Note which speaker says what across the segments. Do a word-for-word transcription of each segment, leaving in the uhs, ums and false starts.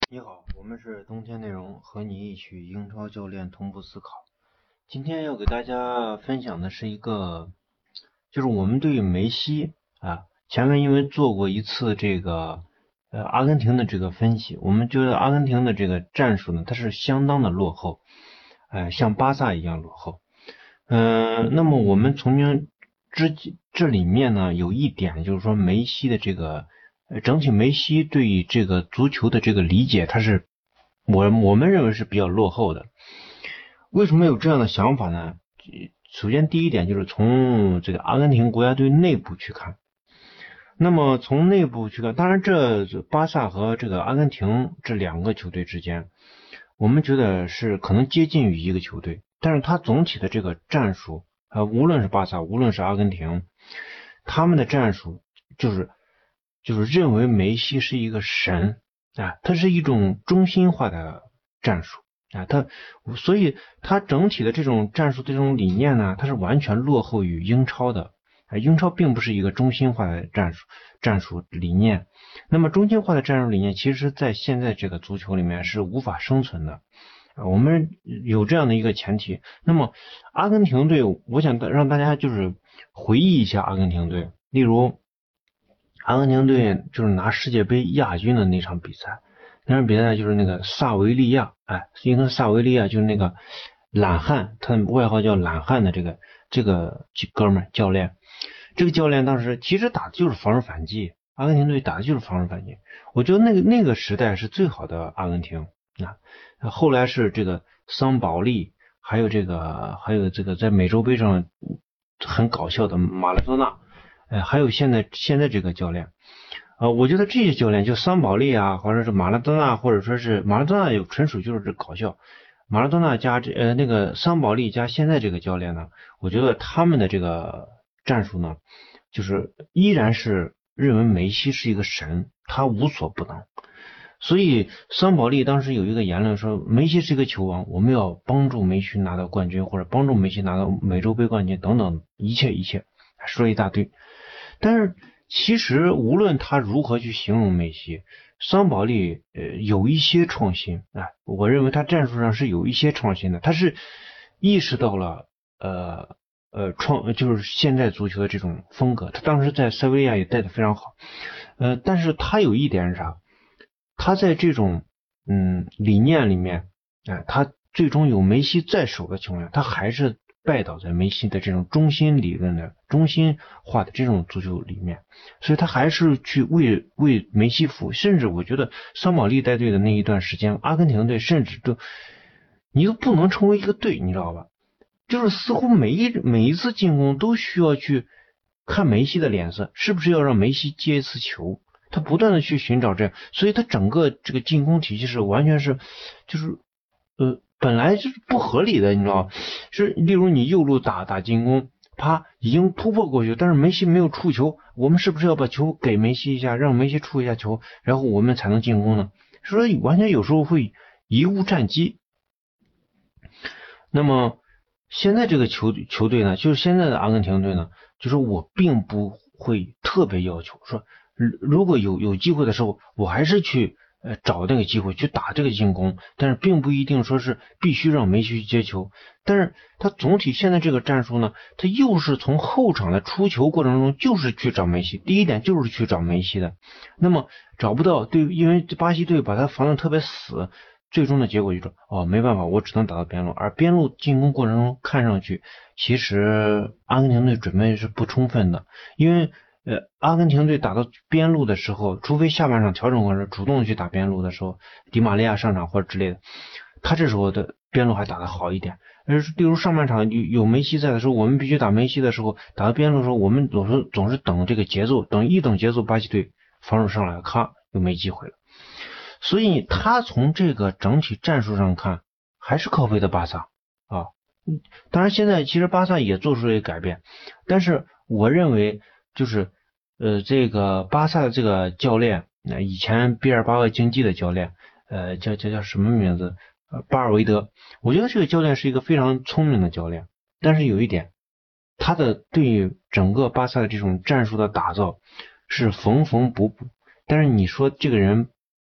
Speaker 1: 你好，我们是冬天内容，和你一起英超教练同步思考。今天要给大家分享的是一个，就是我们对梅西啊，前面因为做过一次这个呃阿根廷的这个分析，我们觉得阿根廷的这个战术呢，它是相当的落后，呃，像巴萨一样落后。嗯、呃，那么我们从这这里面呢，有一点就是说梅西的这个。呃，整体梅西对于这个足球的这个理解，他是我我们认为是比较落后的。为什么有这样的想法呢？首先，第一点就是从这个阿根廷国家队内部去看。那么从内部去看，当然这巴萨和这个阿根廷这两个球队之间，我们觉得是可能接近于一个球队，但是它总体的这个战术，呃，无论是巴萨，无论是阿根廷，他们的战术就是。就是认为梅西是一个神啊，它是一种中心化的战术啊，它所以它整体的这种战术这种理念呢，它是完全落后于英超的啊，英超并不是一个中心化的战术战术理念，那么中心化的战术理念，其实在现在这个足球里面是无法生存的啊，我们有这样的一个前提。那么阿根廷队，我想让大家就是回忆一下阿根廷队，例如。阿根廷队就是拿世界杯亚军的那场比赛，那场比赛就是那个萨维利亚，哎，应该是萨维利亚，就是那个懒汉，他的外号叫懒汉的这个这个哥们儿教练，这个教练当时其实打的就是防守反击，阿根廷队打的就是防守反击，我觉得那个那个时代是最好的阿根廷啊。后来是这个桑保利，还有这个还有这个在美洲杯上很搞笑的马拉多纳。哎，还有现在现在这个教练，呃，我觉得这些教练就桑保利啊，或者是马拉多纳，或者说是马拉多纳有纯属就是搞笑，马拉多纳加这呃那个桑保利加现在这个教练呢，我觉得他们的这个战术呢，就是依然是认为梅西是一个神，他无所不能。所以桑保利当时有一个言论说，梅西是一个球王，我们要帮助梅西拿到冠军，或者帮助梅西拿到美洲杯冠军等等一切一切，说了一大堆。但是其实无论他如何去形容梅西，桑保利呃有一些创新啊，我认为他战术上是有一些创新的，他是意识到了呃呃创就是现在足球的这种风格，他当时在塞维利亚也带的非常好，呃，但是他有一点是啥？他在这种嗯理念里面，哎、呃，他最终有梅西在手的情况下，他还是拜倒在梅西的这种中心理论的中心化的这种足球里面，所以他还是去为为梅西服务。甚至我觉得桑保利带队的那一段时间，阿根廷队甚至都你都不能成为一个队，你知道吧？就是似乎每一每一次进攻都需要去看梅西的脸色，是不是要让梅西接一次球？他不断的去寻找这样，所以他整个这个进攻体系是完全是就是呃本来就是不合理的，你知道吗？是例如你右路打打进攻，啪已经突破过去，但是梅西没有触球，我们是不是要把球给梅西一下，让梅西触一下球，然后我们才能进攻呢？所以完全有时候会贻误战机。那么现在这个球球队呢，就是现在的阿根廷队呢，就是我并不会特别要求说，如果有有机会的时候，我还是去呃找那个机会去打这个进攻，但是并不一定说是必须让梅西去接球。但是他总体现在这个战术呢，他又是从后场的出球过程中就是去找梅西，第一点就是去找梅西的。那么找不到，对，因为巴西队把他防得特别死。最终的结果就是哦，没办法，我只能打到边路，而边路进攻过程中看上去，其实阿根廷队准备是不充分的，因为呃，阿根廷队打到边路的时候，除非下半场调整过来主动去打边路的时候，迪玛利亚上场或者之类的，他这时候的边路还打得好一点。而例如上半场有有梅西在的时候，我们必须打梅西的时候，打到边路的时候，我们总是总是等这个节奏，等一等节奏，巴西队防守上来，咔就没机会了。所以他从这个整体战术上看，还是靠背的巴萨啊。当然，现在其实巴萨也做出了一个改变，但是我认为就是呃，这个巴萨的这个教练，那、呃、以前毕尔巴鄂竞技的教练，呃，叫叫叫什么名字？呃，巴尔韦德。我觉得这个教练是一个非常聪明的教练，但是有一点，他的对整个巴萨的这种战术的打造是缝缝补补。但是你说这个人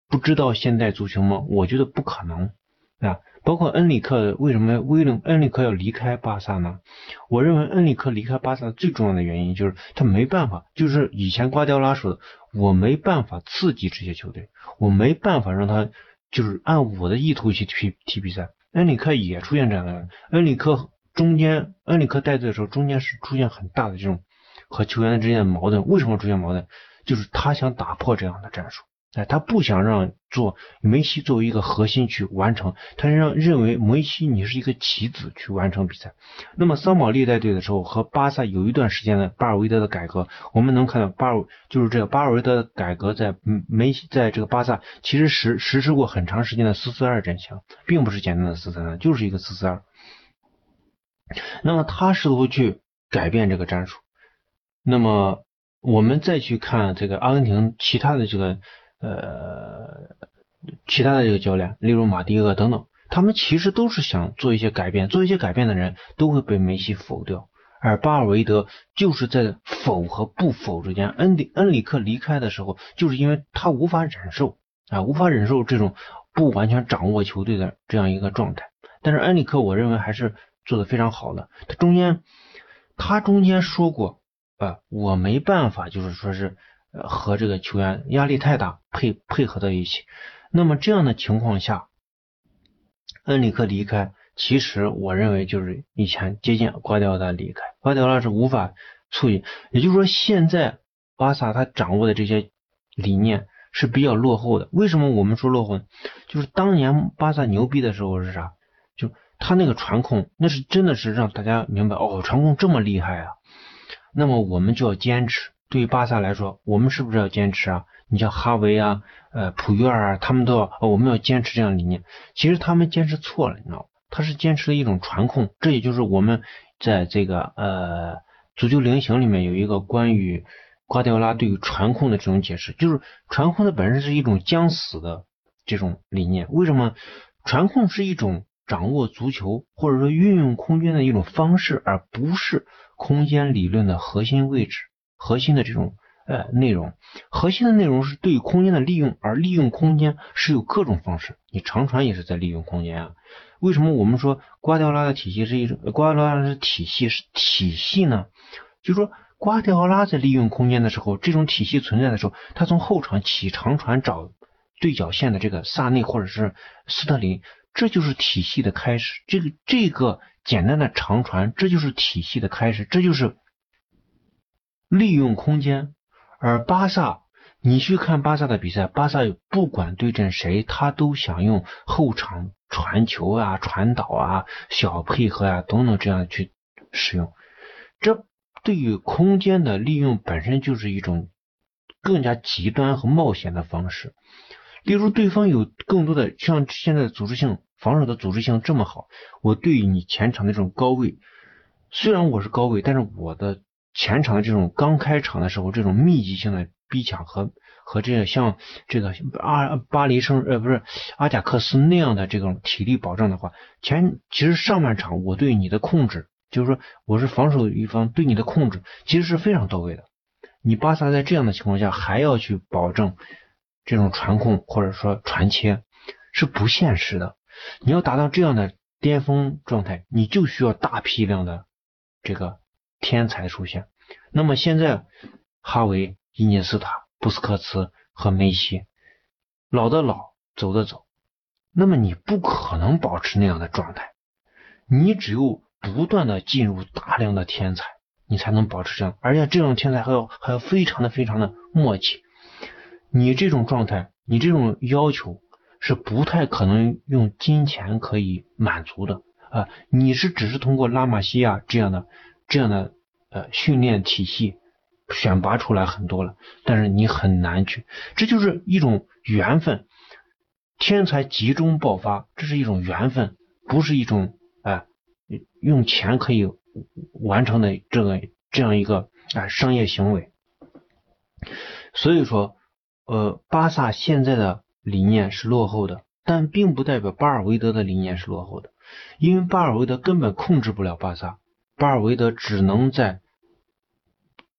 Speaker 1: 不知道现代足球吗？我觉得不可能啊。包括恩里克，为什么威廉恩里克要离开巴萨呢？我认为恩里克离开巴萨最重要的原因就是他没办法，就是以前瓜迪奥拉说的，我没办法刺激这些球队，我没办法让他就是按我的意图去踢踢比赛。恩里克也出现这样的，恩里克中间恩里克带队的时候，中间是出现很大的这种和球员之间的矛盾。为什么出现矛盾？就是他想打破这样的战术。哎，他不想让做梅西作为一个核心去完成，他让认为梅西你是一个棋子去完成比赛。那么桑保利带队的时候和巴萨有一段时间的巴尔韦德的改革，我们能看到巴尔就是这个巴尔韦德的改革在梅西在这个巴萨其实实实施过很长时间的四四二阵型，并不是简单的四三三，就是一个四四二。那么他试图去改变这个战术。那么我们再去看这个阿根廷其他的这个呃，其他的这个教练，例如马蒂厄等等，他们其实都是想做一些改变，做一些改变的人都会被梅西否掉，而巴尔韦德就是在否和不否之间。恩里恩里克离开的时候，就是因为他无法忍受啊，无法忍受这种不完全掌握球队的这样一个状态。但是恩里克我认为还是做得非常好的，他中间他中间说过啊，我没办法，就是说是。呃，和这个球员压力太大，配配合在一起。那么这样的情况下，恩里克离开，其实我认为就是以前接近瓜迪奥拉离开，瓜迪奥拉是无法促进。也就是说，现在巴萨他掌握的这些理念是比较落后的。为什么我们说落后呢？就是当年巴萨牛逼的时候是啥？就他那个传控，那是真的是让大家明白，哦，传控这么厉害啊。那么我们就要坚持。对于巴萨来说，我们是不是要坚持啊？你像哈维啊、呃普约尔啊，他们都要、哦，我们要坚持这样的理念。其实他们坚持错了，你知道吗？他是坚持了一种传控，这也就是我们在这个呃足球菱形里面有一个关于瓜迪奥拉对于传控的这种解释，就是传控的本身是一种将死的这种理念。为什么？传控是一种掌握足球或者说运用空间的一种方式，而不是空间理论的核心位置。核心的这种呃内容，核心的内容是对于空间的利用，而利用空间是有各种方式，你长传也是在利用空间啊。为什么我们说瓜迪奥拉的体系是一种瓜迪奥拉的体系是体系呢？就是说瓜迪奥拉在利用空间的时候，这种体系存在的时候，他从后场起长传找对角线的这个萨内或者是斯特林，这就是体系的开始。这个这个简单的长传，这就是体系的开始，这就是利用空间。而巴萨，你去看巴萨的比赛，巴萨不管对阵谁，他都想用后场传球啊、传导啊、小配合啊等等这样去使用。这对于空间的利用本身就是一种更加极端和冒险的方式。例如对方有更多的像现在的组织性防守的组织性这么好，我对于你前场的这种高位，虽然我是高位，但是我的前场的这种刚开场的时候这种密集性的逼抢和和这个像这个阿巴黎圣呃不是阿贾克斯那样的这种体力保障的话，前其实上半场我对你的控制，就是说我是防守一方对你的控制其实是非常到位的。你巴萨在这样的情况下还要去保证这种传控或者说传切是不现实的。你要达到这样的巅峰状态，你就需要大批量的这个天才出现。那么现在哈维、伊涅斯塔、布斯克茨和梅西，老的老，走的走，那么你不可能保持那样的状态，你只有不断的进入大量的天才，你才能保持这样，而且这种天才还要还要非常的非常的默契。你这种状态，你这种要求是不太可能用金钱可以满足的啊！你是只是通过拉玛西亚这样的这样的呃训练体系选拔出来很多了，但是你很难去，这就是一种缘分，天才集中爆发，这是一种缘分，不是一种啊、呃、用钱可以完成的这个这样一个啊、呃、商业行为。所以说呃，巴萨现在的理念是落后的，但并不代表巴尔韦德的理念是落后的，因为巴尔韦德根本控制不了巴萨，巴尔韦德只能在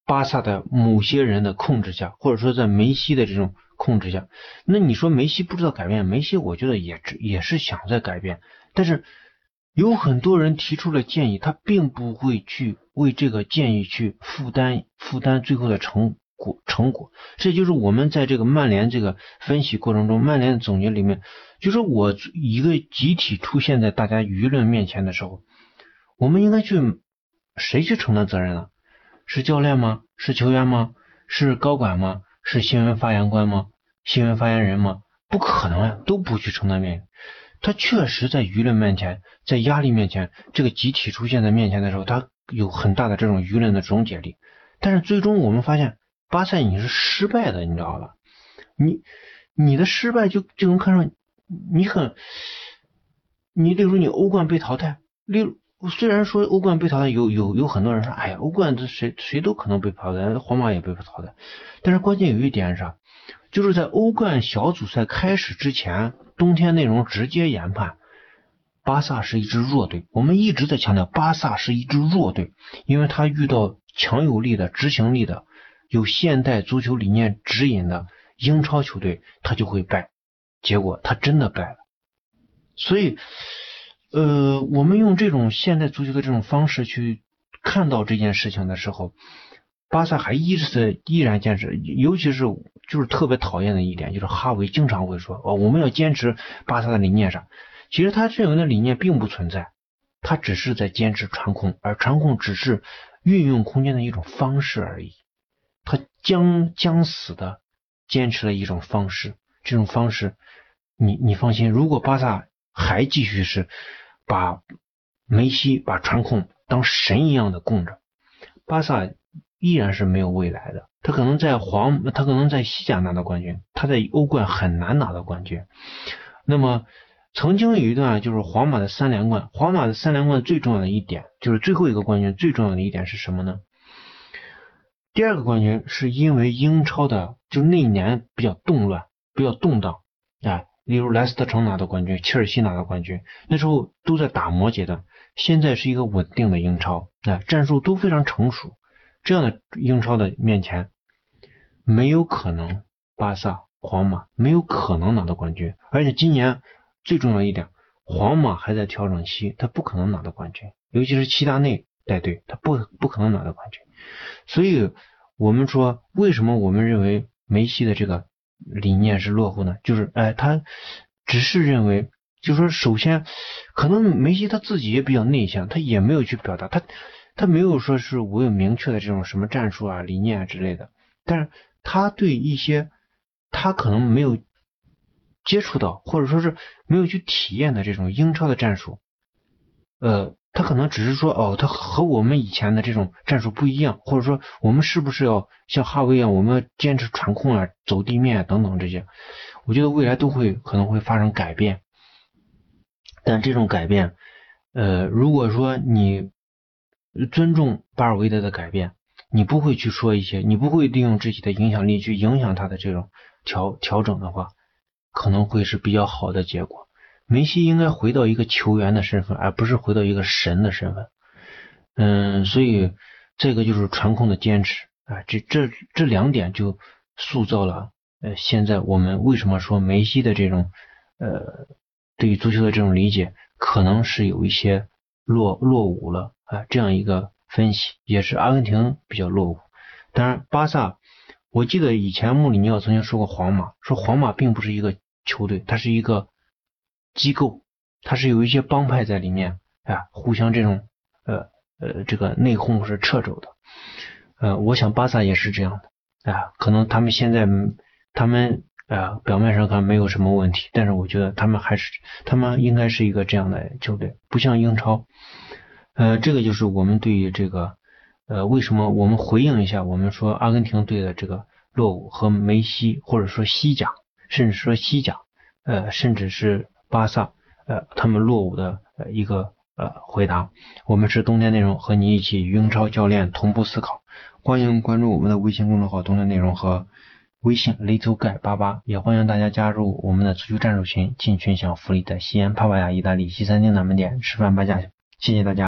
Speaker 1: 巴萨的某些人的控制下，或者说在梅西的这种控制下，那你说梅西不知道改变，梅西我觉得也也是想在改变，但是有很多人提出了建议，他并不会去为这个建议去负担负担最后的成果成果。这就是我们在这个曼联这个分析过程中，曼联的总结里面，就是我一个集体出现在大家舆论面前的时候，我们应该去谁去承担责任呢？是教练吗？是球员吗？是高管吗？是新闻发言官吗？新闻发言人吗？不可能呀，都不去承担面。他确实在舆论面前，在压力面前，这个集体出现在面前的时候，他有很大的这种舆论的总解力。但是最终我们发现，巴萨你是失败的，你知道吧？你你的失败就就能看上你很，你例如你欧冠被淘汰，例如。虽然说欧冠被淘汰，有有有很多人说，哎呀，欧冠这谁谁都可能被淘汰，皇马也被淘汰。但是关键有一点是啥？就是在欧冠小组赛开始之前，冬天内容直接研判，巴萨是一支弱队。我们一直在强调，巴萨是一支弱队，因为他遇到强有力的、执行力的、有现代足球理念指引的英超球队，他就会败。结果他真的败了，所以。呃，我们用这种现代足球的这种方式去看到这件事情的时候，巴萨还一直在依然坚持，尤其是就是特别讨厌的一点，就是哈维经常会说，哦，我们要坚持巴萨的理念上。其实他认为的理念并不存在，他只是在坚持传控，而传控只是运用空间的一种方式而已。他将将死的坚持了一种方式，这种方式，你你放心，如果巴萨还继续是把梅西把传控当神一样的供着，巴萨依然是没有未来的。他可能在皇，他可能在西甲拿到冠军，他在欧冠很难拿到冠军。那么曾经有一段就是皇马的三连冠，皇马的三连冠最重要的一点就是最后一个冠军，最重要的一点是什么呢？第二个冠军是因为英超的就那一年比较动乱，比较动荡啊。例如莱斯特城拿到冠军，切尔西拿到冠军，那时候都在打磨阶段。现在是一个稳定的英超，啊，战术都非常成熟。这样的英超的面前，没有可能巴萨、皇马没有可能拿到冠军。而且今年最重要一点，皇马还在调整期，他不可能拿到冠军，尤其是齐达内带队，他不不可能拿到冠军。所以我们说，为什么我们认为梅西的这个理念是落后呢？就是哎，他只是认为，就是说，首先可能梅西他自己也比较内向，他也没有去表达，他他没有说是我有明确的这种什么战术啊、理念啊之类的，但是他对一些他可能没有接触到，或者说是没有去体验的这种英超的战术，呃。他可能只是说，哦，他和我们以前的这种战术不一样，或者说我们是不是要像哈维一样，我们要坚持传控啊、走地面啊等等这些，我觉得未来都会可能会发生改变。但这种改变，呃，如果说你尊重巴尔韦德的改变，你不会去说一些，你不会利用自己的影响力去影响他的这种调调整的话，可能会是比较好的结果。梅西应该回到一个球员的身份，而不是回到一个神的身份。嗯，所以这个就是传控的坚持啊，这这这两点就塑造了呃现在我们为什么说梅西的这种呃对于足球的这种理解可能是有一些落落伍了啊，这样一个分析也是阿根廷比较落伍。当然巴萨，我记得以前穆里尼奥曾经说过皇马，说皇马并不是一个球队，它是一个机构，它是有一些帮派在里面啊，互相这种呃呃这个内讧或者掣肘的。呃，我想巴萨也是这样的啊，可能他们现在他们啊表面上看没有什么问题，但是我觉得他们还是他们应该是一个这样的球队，不像英超。呃，这个就是我们对于这个呃为什么我们回应一下，我们说阿根廷队的这个落伍和梅西或者说西甲，甚至说西甲，呃，甚至是巴萨，呃，他们落伍的呃一个呃回答。我们是冬天内容，和你一起与英超教练同步思考。欢迎关注我们的微信公众号冬天内容和微信 Little Guy 八八，也欢迎大家加入我们的足球战术群，进群享福利，在西安帕瓦亚意大利西餐厅南门店吃饭半价。谢谢大家。